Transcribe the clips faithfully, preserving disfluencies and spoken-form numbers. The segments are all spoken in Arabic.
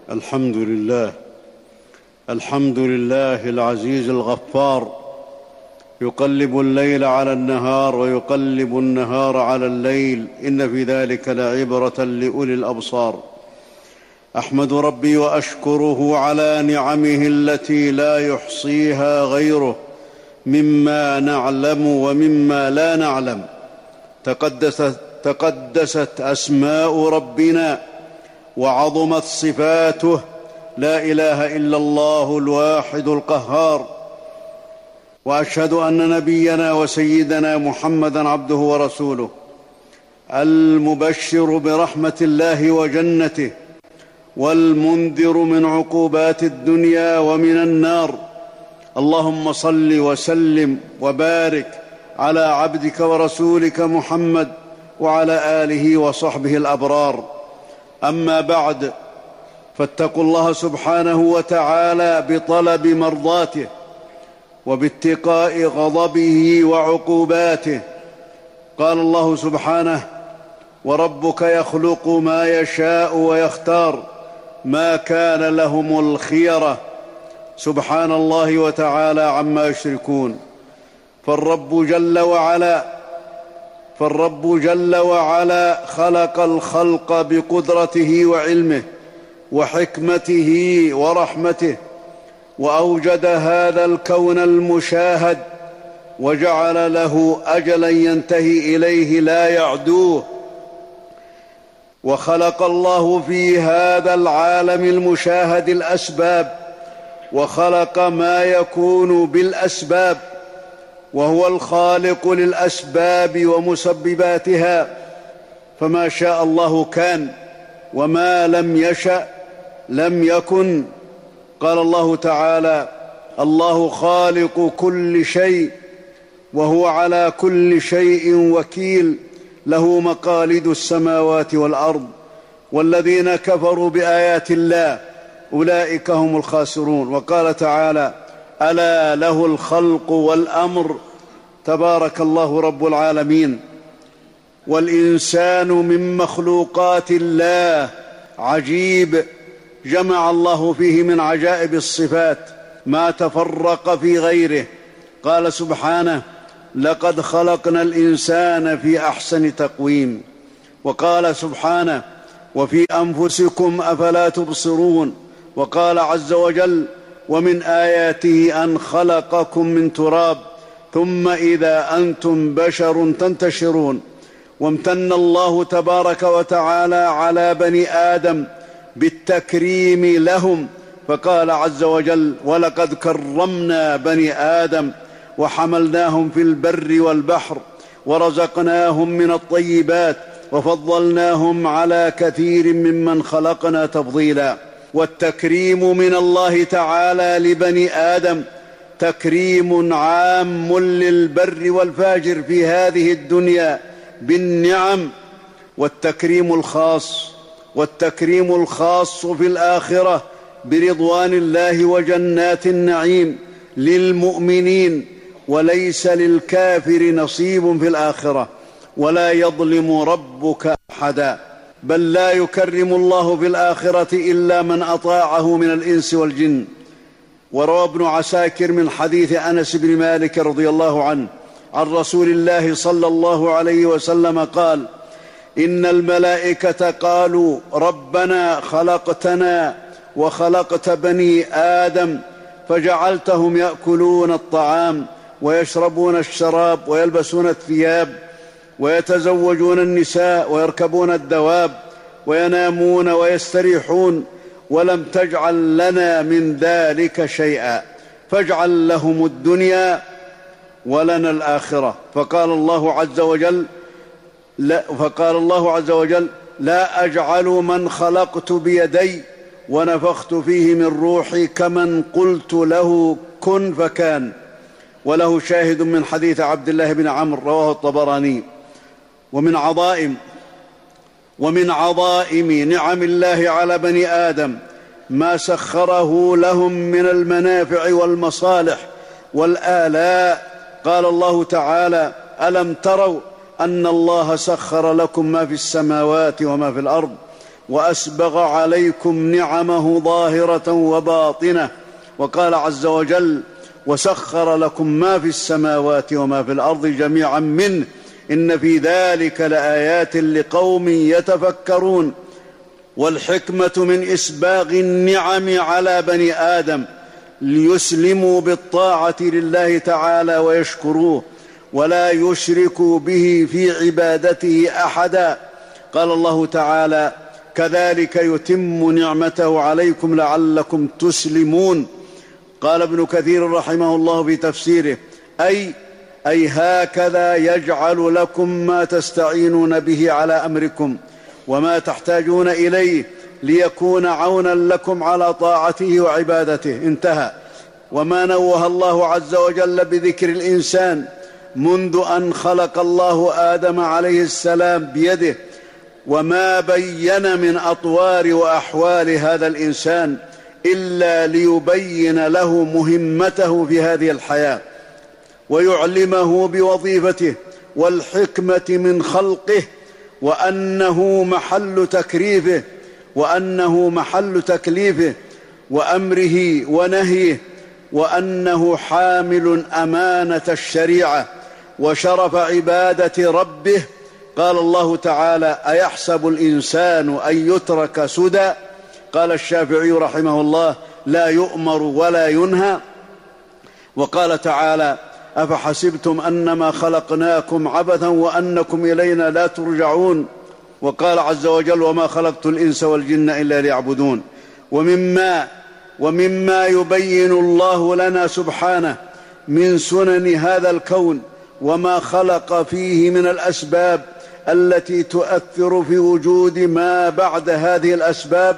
الحمد لله الحمد لله العزيز الغفار، يقلب الليل على النهار ويقلب النهار على الليل، إن في ذلك لعبرة لأولي الأبصار. أحمد ربي وأشكره على نعمه التي لا يحصيها غيره، مما نعلم ومما لا نعلم. تقدست, تقدست أسماء ربنا وعظمت صفاته، لا إله إلا الله الواحد القهار. وأشهد أن نبينا وسيدنا محمدًا عبده ورسوله، المبشر برحمة الله وجنته، والمنذر من عقوبات الدنيا ومن النار. اللهم صل وسلم وبارك على عبدك ورسولك محمد وعلى آله وصحبه الأبرار. أما بعد، فاتقوا الله سبحانه وتعالى بطلب مرضاته وباتقاء غضبه وعقوباته. قال الله سبحانه: وربك يخلق ما يشاء ويختار، ما كان لهم الخيرة. سبحان الله وتعالى عما يشركون. فالرب جل وعلا فالرب جل وعلا خلق الخلق بقدرته وعلمه وحكمته ورحمته، وأوجد هذا الكون المشاهد، وجعل له أجلا ينتهي إليه لا يعدوه. وخلق الله في هذا العالم المشاهد الأسباب، وخلق ما يكون بالأسباب، وهو الخالق للأسباب ومسبباتها. فما شاء الله كان، وما لم يشأ لم يكن. قال الله تعالى: الله خالق كل شيء وهو على كل شيء وكيل، له مقاليد السماوات والأرض، والذين كفروا بآيات الله أولئك هم الخاسرون. وقال تعالى: ألا له الخلق والأمر، تبارك الله رب العالمين. والإنسان من مخلوقات الله عجيب، جمع الله فيه من عجائب الصفات ما تفرق في غيره. قال سبحانه: لقد خلقنا الإنسان في أحسن تقويم. وقال سبحانه: وفي أنفسكم أفلا تبصرون. وقال عز وجل: ومن آياته أن خلقكم من تراب ثم إذا أنتم بشر تنتشرون. وامتن الله تبارك وتعالى على بني آدم بالتكريم لهم، فقال عز وجل: ولقد كرمنا بني آدم وحملناهم في البر والبحر ورزقناهم من الطيبات وفضلناهم على كثير ممن خلقنا تفضيلا. والتكريم من الله تعالى لبني آدم تكريم عام للبر والفاجر في هذه الدنيا بالنعم، والتكريم الخاص والتكريم الخاص في الآخرة برضوان الله وجنات النعيم للمؤمنين. وليس للكافر نصيب في الآخرة، ولا يظلم ربك أحدا، بل لا يكرم الله في الآخرة إلا من أطاعه من الإنس والجن. وروى ابن عساكر من حديث أنس بن مالك رضي الله عنه عن رسول الله صلى الله عليه وسلم قال: إن الملائكة قالوا: ربنا خلقتنا وخلقت بني آدم فجعلتهم يأكلون الطعام ويشربون الشراب ويلبسون الثياب ويتزوجون النساء ويركبون الدواب وينامون ويستريحون، ولم تجعل لنا من ذلك شيئا، فاجعل لهم الدنيا ولنا الآخرة. فقال الله عز وجل: لا, فقال الله عز وجل: لا أجعل من خلقت بيدي ونفخت فيه من روحي كمن قلت له كن فكان. وله شاهد من حديث عبد الله بن عمرو رواه الطبراني. ومن عظائم ومن عظائم نعم الله على بني آدم ما سخره لهم من المنافع والمصالح والآلاء. قال الله تعالى: ألم تروا أن الله سخر لكم ما في السماوات وما في الأرض وأسبغ عليكم نعمه ظاهرة وباطنة. وقال عز وجل: وسخر لكم ما في السماوات وما في الأرض جميعا منه إن في ذلك لآيات لقوم يتفكرون. والحكمة من إسباغ النعم على بني آدم ليسلموا بالطاعة لله تعالى ويشكروه ولا يشركوا به في عبادته أحدا. قال الله تعالى: كذلك يتم نعمته عليكم لعلكم تسلمون. قال ابن كثير رحمه الله في تفسيره: أي أي هكذا يجعل لكم ما تستعينون به على أمركم وما تحتاجون إليه ليكون عونا لكم على طاعته وعبادته. انتهى. وما نوه الله عز وجل بذكر الإنسان منذ أن خلق الله آدم عليه السلام بيده، وما بين من أطوار وأحوال هذا الإنسان إلا ليبين له مهمته في هذه الحياة ويعلمه بوظيفته والحكمة من خلقه، وأنه محل تكريفه وأنه محل تكليفه وأمره ونهيه، وأنه حامل أمانة الشريعة وشرف عبادة ربه. قال الله تعالى: أيحسب الإنسان أن يترك سدى؟ قال الشافعي رحمه الله: لا يؤمر ولا ينهى. وقال تعالى: أفحسبتم أنما خلقناكم عبثا وأنكم إلينا لا ترجعون. وقال عز وجل: وما خلقت الإنس والجن إلا ليعبدون. ومما ومما يبين الله لنا سبحانه من سنن هذا الكون وما خلق فيه من الأسباب التي تؤثر في وجود ما بعد هذه الأسباب،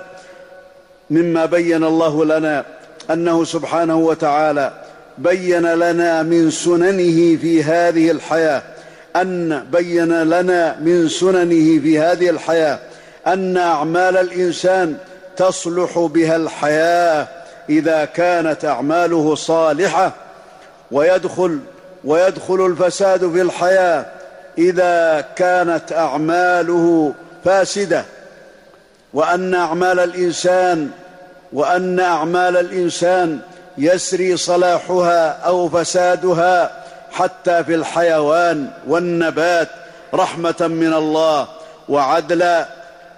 مما بين الله لنا أنه سبحانه وتعالى بين لنا من سننه في هذه الحياة أن بين لنا من سننه في هذه الحياة أن أعمال الإنسان تصلح بها الحياة إذا كانت أعماله صالحة، ويدخل ويدخل الفساد في الحياة إذا كانت أعماله فاسدة، وأن أعمال الإنسان وأن أعمال الإنسان يسري صلاحها أو فسادها حتى في الحيوان والنبات رحمة من الله وعدلا،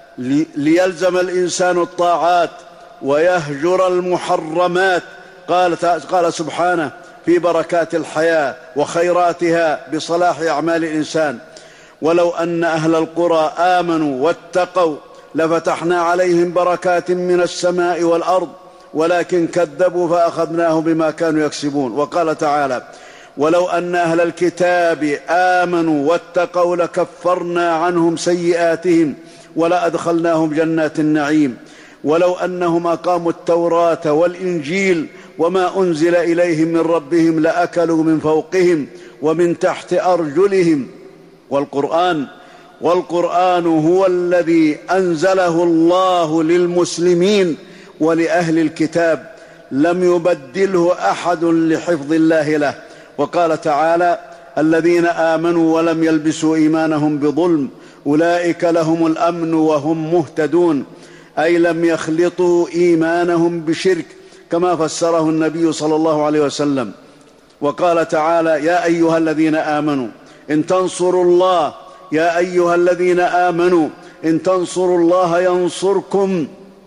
ليلزم الإنسان الطاعات ويهجر المحرمات. قال قال سبحانه في بركات الحياة وخيراتها بصلاح أعمال الإنسان: ولو أن أهل القرى آمنوا واتقوا لفتحنا عليهم بركات من السماء والأرض ولكن كذبوا فأخذناهم بما كانوا يكسبون. وقال تعالى: ولو أن أهل الكتاب آمنوا واتقوا لكفرنا عنهم سيئاتهم ولأدخلناهم جنات النعيم. ولو أنهم أقاموا التوراة والإنجيل وما أنزل إليهم من ربهم لأكلوا من فوقهم ومن تحت أرجلهم. والقرآن والقرآن هو الذي أنزله الله للمسلمين ولأهل الكتاب، لم يبدله أحد لحفظ الله له. وقال تعالى: الذين آمنوا ولم يلبسوا إيمانهم بظلم أولئك لهم الأمن وهم مهتدون، أي لم يخلطوا إيمانهم بشرك كما فسره النبي صلى الله عليه وسلم. وقال تعالى: يا أيها الذين آمنوا إن تنصروا الله يا أيها الذين آمنوا إن تنصروا الله ينصركم،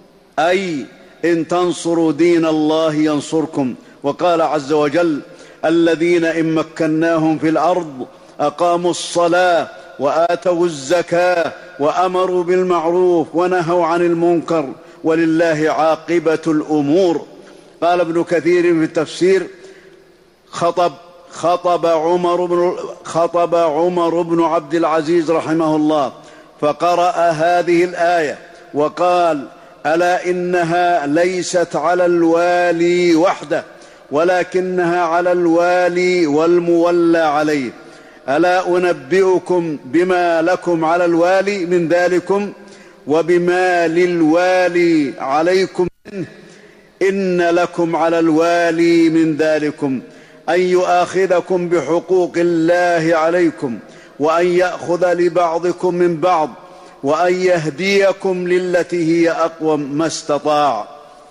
أي إن تنصروا دين الله ينصركم. وقال عز وجل: الذين إن مكناهم في الأرض أقاموا الصلاة وآتوا الزكاة وأمروا بالمعروف ونهوا عن المنكر ولله عاقبة الأمور. قال ابن كثير في التفسير: خطب خطب عمر بن خطب عمر بن عبد العزيز رحمه الله فقرأ هذه الآية وقال: ألا إنها ليست على الوالي وحده ولكنها على الوالي والمولى عليه. ألا أنبئكم بما لكم على الوالي من ذلكم وبما للوالي عليكم منه؟ إن لكم على الوالي من ذلكم أن يؤاخذكم بحقوق الله عليكم وأن يأخذ لبعضكم من بعض، وأن يهديكم للتي هي أقوم ما استطاع،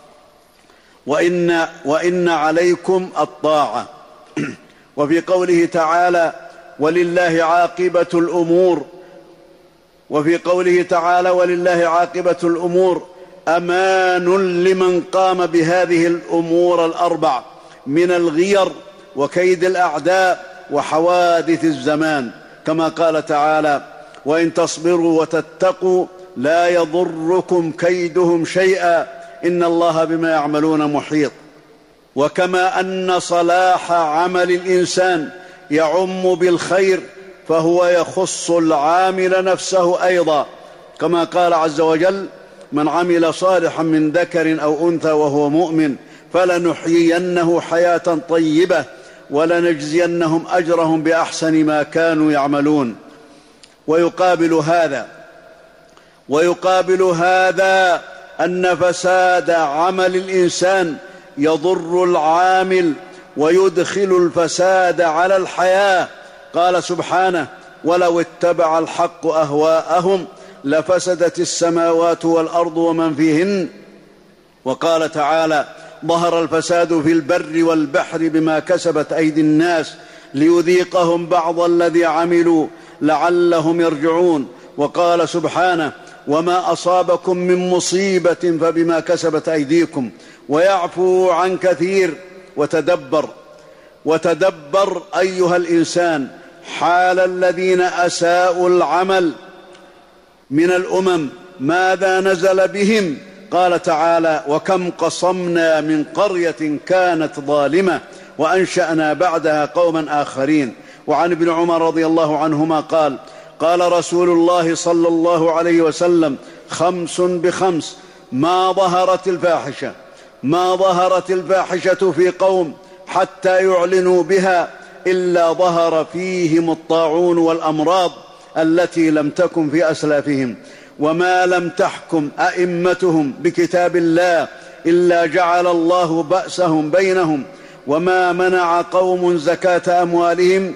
وإن, وإن عليكم الطاعة. وفي قوله تعالى ولله عاقبة الأمور وفي قوله تعالى ولله عاقبة الأمور أمان لمن قام بهذه الأمور الأربع من الغير وكيد الأعداء وحوادث الزمان، كما قال تعالى وإن تصبروا وتتقوا لا يضركم كيدهم شيئا إن الله بما يعملون محيط. وكما أن صلاح عمل الإنسان يعم بالخير فهو يخص العامل نفسه أيضا، كما قال عز وجل من عمل صالحا من ذكر أو أنثى وهو مؤمن فلنحيينه حياة طيبة ولنجزينهم أجرهم بأحسن ما كانوا يعملون. ويقابل هذا ويقابل هذا أن فساد عمل الإنسان يضر العامل ويدخل الفساد على الحياة. قال سبحانه ولو اتبع الحق أهواءهم لفسدت السماوات والأرض ومن فيهن. وقال تعالى ظهر الفساد في البر والبحر بما كسبت أيدي الناس ليذيقهم بعض الذي عملوا لعلهم يرجعون. وقال سبحانه وما أصابكم من مصيبة فبما كسبت أيديكم ويعفو عن كثير. وتدبر وتدبر أيها الإنسان حال الذين أساءوا العمل من الأمم ماذا نزل بهم. قال تعالى وكم قصمنا من قرية كانت ظالمة وأنشأنا بعدها قوما آخرين. وعن ابن عمر رضي الله عنهما قال قال رسول الله صلى الله عليه وسلم خمس بخمس ما ظهرت الفاحشة ما ظهرت الفاحشة في قوم حتى يعلنوا بها إلا ظهر فيهم الطاعون والأمراض التي لم تكن في أسلافهم، وما لم تحكم أئمتهم بكتاب الله إلا جعل الله بأسهم بينهم، وما منع قوم زكاة أموالهم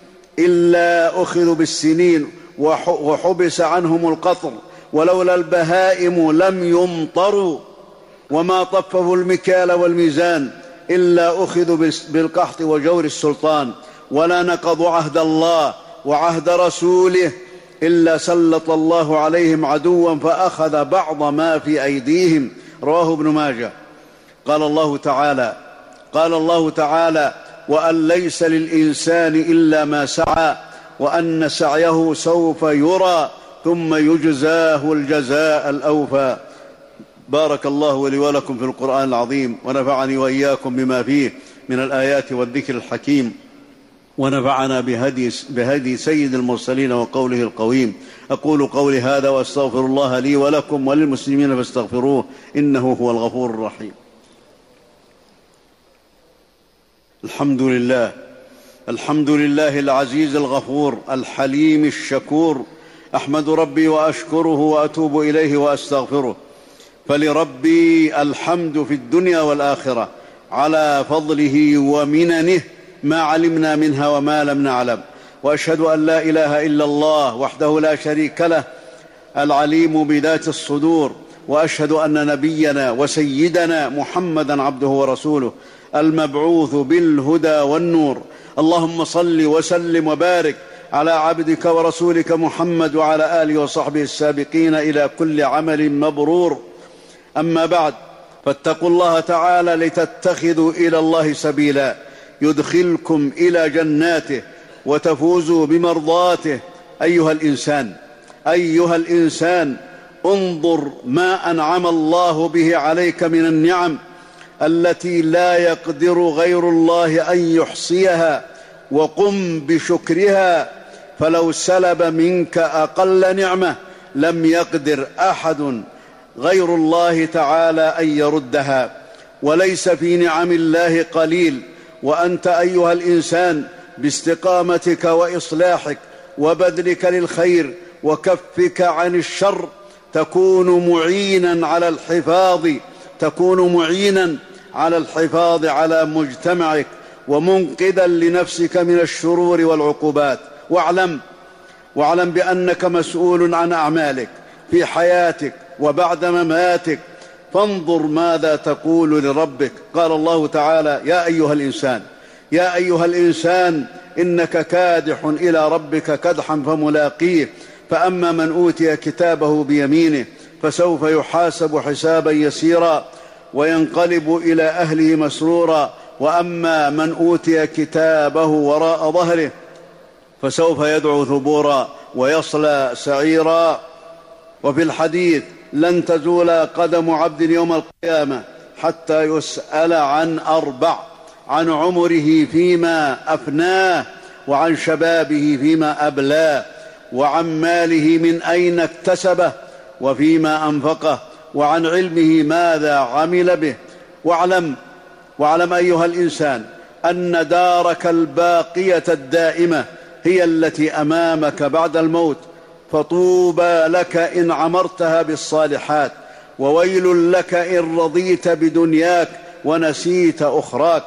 إلا أخذوا بالسنين وحبس عنهم القطر، ولولا البهائم لم يمطروا، وما طففوا المكيال والميزان إلا أخذوا بالقحط وجور السلطان، ولا نقضوا عهد الله وعهد رسوله إلا سلط الله عليهم عدوا فأخذ بعض ما في أيديهم. رواه ابن ماجه. قال الله تعالى قال الله تعالى وأن ليس للإنسان إلا ما سعى وأن سعيه سوف يرى ثم يجزاه الجزاء الأوفى. بارك الله لي ولكم في القرآن العظيم، ونفعني وإياكم بما فيه من الآيات والذكر الحكيم، ونفعنا بهدي, بهدي سيد المرسلين وقوله القويم. أقول قولي هذا وأستغفر الله لي ولكم وللمسلمين فاستغفروه إنه هو الغفور الرحيم. الحمد لله الحمد لله العزيز الغفور الحليم الشكور، أحمد ربي وأشكره وأتوب إليه وأستغفره، فلربي الحمد في الدنيا والآخرة على فضله ومننه ما علمنا منها وما لم نعلم. وأشهد أن لا إله إلا الله وحده لا شريك له العليم بذات الصدور، وأشهد أن نبينا وسيدنا محمدا عبده ورسوله المبعوث بالهدى والنور. اللهم صل وسلم وبارك على عبدك ورسولك محمد وعلى آله وصحبه السابقين إلى كل عمل مبرور. أما بعد، فاتقوا الله تعالى لتتخذوا إلى الله سبيلا يدخلكم إلى جناته وتفوزوا بمرضاته. أيها الإنسان أيها الإنسان انظر ما أنعم الله به عليك من النعم التي لا يقدر غير الله أن يحصيها، وقم بشكرها، فلو سلب منك أقل نعمة لم يقدر أحد غير الله تعالى أن يردها، وليس في نعم الله قليل. وأنت أيها الإنسان باستقامتك وإصلاحك وبذلك للخير وكفك عن الشر تكون معينا على الحفاظ تكون معينا على الحفاظ على مجتمعك ومنقذا لنفسك من الشرور والعقوبات. واعلم واعلم بأنك مسؤول عن أعمالك، في حياتك وبعد مماتك، فانظر ماذا تقول لربك. قال الله تعالى: يا أيها الإنسان يا أيها الإنسان إنك كادح إلى ربك كدحا فملاقيه، فأما من أوتي كتابه بيمينه فسوف يحاسب حسابا يسيرا وينقلب إلى أهله مسرورا، وأما من أوتي كتابه وراء ظهره فسوف يدعو ثبورا ويصلى سعيرا. وفي الحديث: لن تزول قدم عبد يوم القيامة حتى يسأل عن أربع: عن عمره فيما أفناه، وعن شبابه فيما أبلاه، وعن ماله من أين اكتسبه وفيما أنفقه، وعن علمه ماذا عمل به. واعلم واعلم أيها الإنسان أن دارك الباقية الدائمة هي التي أمامك بعد الموت، فطوبى لك إن عمرتها بالصالحات، وويل لك إن رضيت بدنياك ونسيت أخراك.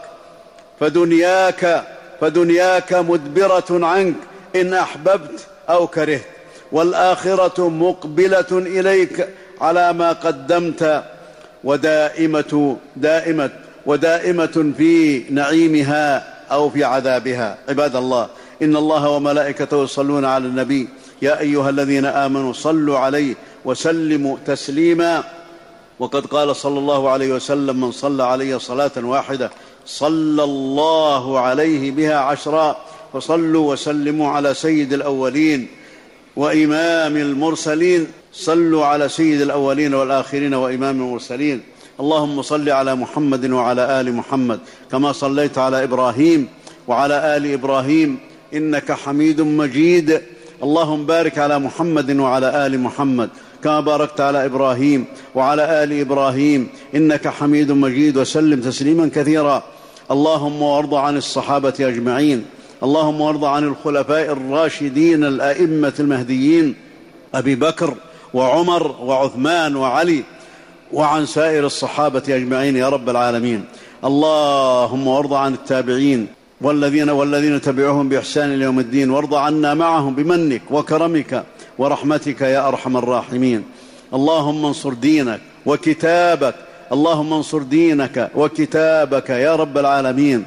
فدنياك فدنياك مدبرة عنك إن أحببت أو كرهت، والآخرة مقبلة إليك على ما قدمت، ودائمة دائمة ودائمة في نعيمها أو في عذابها. عباد الله، إن الله وملائكته يصلون على النبي، يا أيها الذين آمنوا صلوا عليه وسلموا تسليما. وقد قال صلى الله عليه وسلم: من صلى علي صلاة واحدة صلى الله عليه بها عشرا. فصلوا وسلموا على سيد الأولين وإمام المرسلين. صلوا على سيد الأولين والآخرين وإمام المرسلين. اللهم صل على محمد وعلى آل محمد كما صليت على إبراهيم وعلى آل إبراهيم إنك حميد مجيد. اللهم بارك على محمد وعلى آل محمد كما باركت على إبراهيم وعلى آل إبراهيم إنك حميد مجيد، وسلم تسليما كثيرا. اللهم وارض عن الصحابة أجمعين. اللهم وارض عن الخلفاء الراشدين الأئمة المهديين أبي بكر وعمر وعثمان وعلي، وعن سائر الصحابة أجمعين يا رب العالمين. اللهم وارض عن التابعين والذين والذين تبعوهم بإحسان إلى يوم الدين، وارض عنا معهم بمنك وكرمك ورحمتك يا أرحم الراحمين. اللهم انصر دينك وكتابك اللهم انصر دينك وكتابك يا رب العالمين.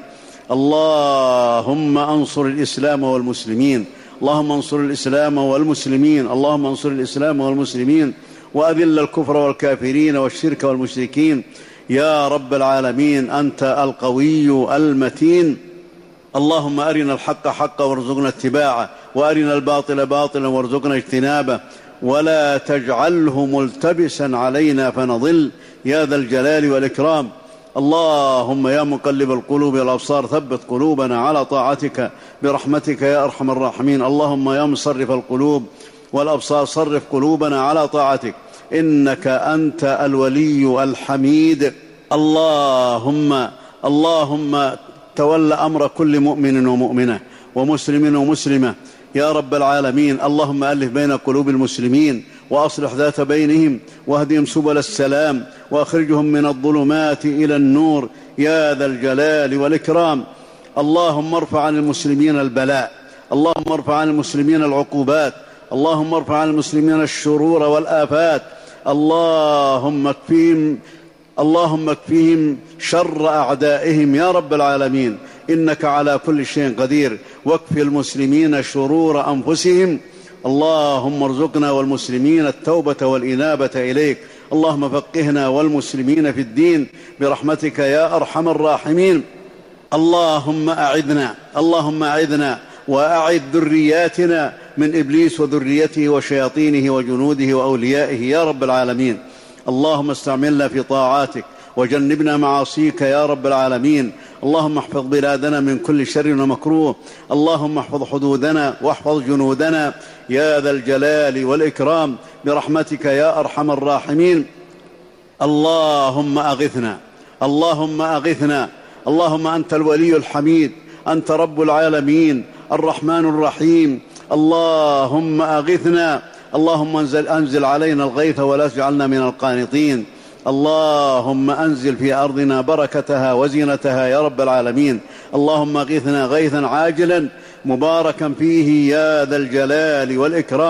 اللهم انصر الإسلام والمسلمين اللهم انصر الإسلام والمسلمين اللهم انصر الإسلام والمسلمين وأذل الكفر والكافرين والشرك والمشركين يا رب العالمين. أنت القوي المتين. اللهم أرنا الحق حقا وارزقنا اتباعه، وأرنا الباطل باطلا وارزقنا اجتنابه، ولا تجعله ملتبسا علينا فنضل يا ذا الجلال والإكرام. اللهم يا مقلب القلوب والأبصار ثبت قلوبنا على طاعتك برحمتك يا أرحم الراحمين. اللهم يا مصرف القلوب والأبصار صرف قلوبنا على طاعتك، إنك أنت الولي الحميد. اللهم اللهم تول أمر كل مؤمن ومؤمنة ومسلم ومسلمة يا رب العالمين. اللهم ألف بين قلوب المسلمين وأصلح ذات بينهم واهدهم سبل السلام وأخرجهم من الظلمات إلى النور يا ذا الجلال والإكرام. اللهم ارفع عن المسلمين البلاء، اللهم ارفع عن المسلمين العقوبات، اللهم ارفع عن المسلمين الشرور والآفات. اللهم اكفيهم اللهم اكفيهم شر أعدائهم يا رب العالمين، إنك على كل شيء قدير. واكفي المسلمين شرور أنفسهم. اللهم ارزقنا والمسلمين التوبة والإنابة إليك. اللهم فقهنا والمسلمين في الدين برحمتك يا أرحم الراحمين. اللهم أعذنا اللهم أعذنا وأعذ ذرياتنا من إبليس وذريته وشياطينه وجنوده وأوليائه يا رب العالمين. اللهم استعملنا في طاعاتك وجنبنا معاصيك يا رب العالمين. اللهم احفظ بلادنا من كل شر ومكروه. اللهم احفظ حدودنا واحفظ جنودنا يا ذا الجلال والإكرام برحمتك يا أرحم الراحمين. اللهم أغثنا اللهم أغثنا اللهم أنت الولي الحميد، أنت رب العالمين الرحمن الرحيم. اللهم أغثنا اللهم انزل, أنزل علينا الغيث ولا تجعلنا من القانطين. اللهم أنزل في أرضنا بركتها وزينتها يا رب العالمين. اللهم أغثنا غيثا عاجلا مباركا فيه يا ذا الجلال والإكرام.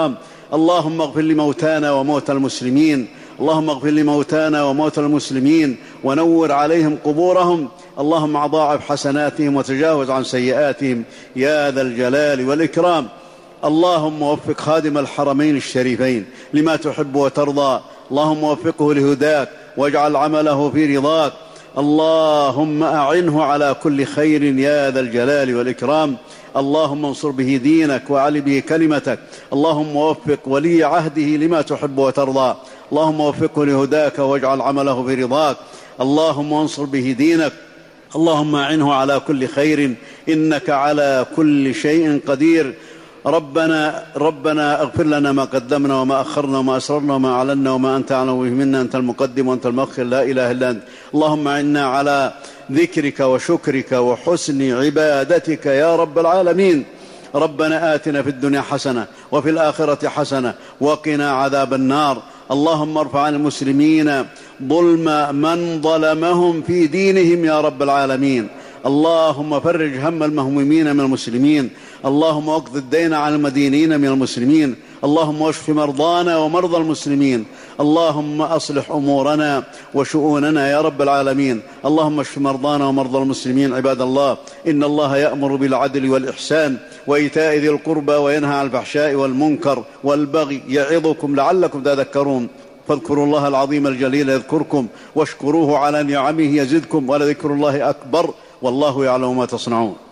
اللهم اغفر لموتانا وموتى المسلمين اللهم اغفر لموتانا وموتى المسلمين ونور عليهم قبورهم. اللهم اضاعف حسناتهم وتجاوز عن سيئاتهم يا ذا الجلال والإكرام. اللهم وفق خادم الحرمين الشريفين لما تحب وترضى. اللهم وفقه لهداك واجعل عمله في رضاك. اللهم أعنه على كل خير يا ذا الجلال والإكرام. اللهم انصر به دينك وعلي به كلمتك. اللهم وفق ولي عهده لما تحب وترضى. اللهم وفقه لهداك واجعل عمله في رضاك. اللهم انصر به دينك. اللهم أعنه على كل خير إنك على كل شيء قدير. ربنا ربنا اغفر لنا ما قدمنا وما أخرنا وما أسررنا وما أعلنا وما أنت أعلم به منا. أنت المقدم وأنت المؤخر لا إله إلا أنت. اللهم أعنا على ذكرك وشكرك وحسن عبادتك يا رب العالمين. ربنا آتنا في الدنيا حسنة وفي الآخرة حسنة وقنا عذاب النار. اللهم ارفع عن المسلمين ظلم من ظلمهم في دينهم يا رب العالمين. اللهم فرج هم المهمومين من المسلمين. اللهم اقض الدين عن المدينين من المسلمين. اللهم اشف مرضانا ومرضى المسلمين. اللهم أصلح أمورنا وشؤوننا يا رب العالمين. اللهم اشف مرضانا ومرضى المسلمين. عباد الله، إن الله يأمر بالعدل والإحسان وإيتاء ذي القربى وينهى عن الفحشاء والمنكر والبغي يعظكم لعلكم تذكرون. فاذكروا الله العظيم الجليل يذكركم واشكروه على نعمه يزدكم ولذكر الله أكبر والله يعلم ما تصنعون.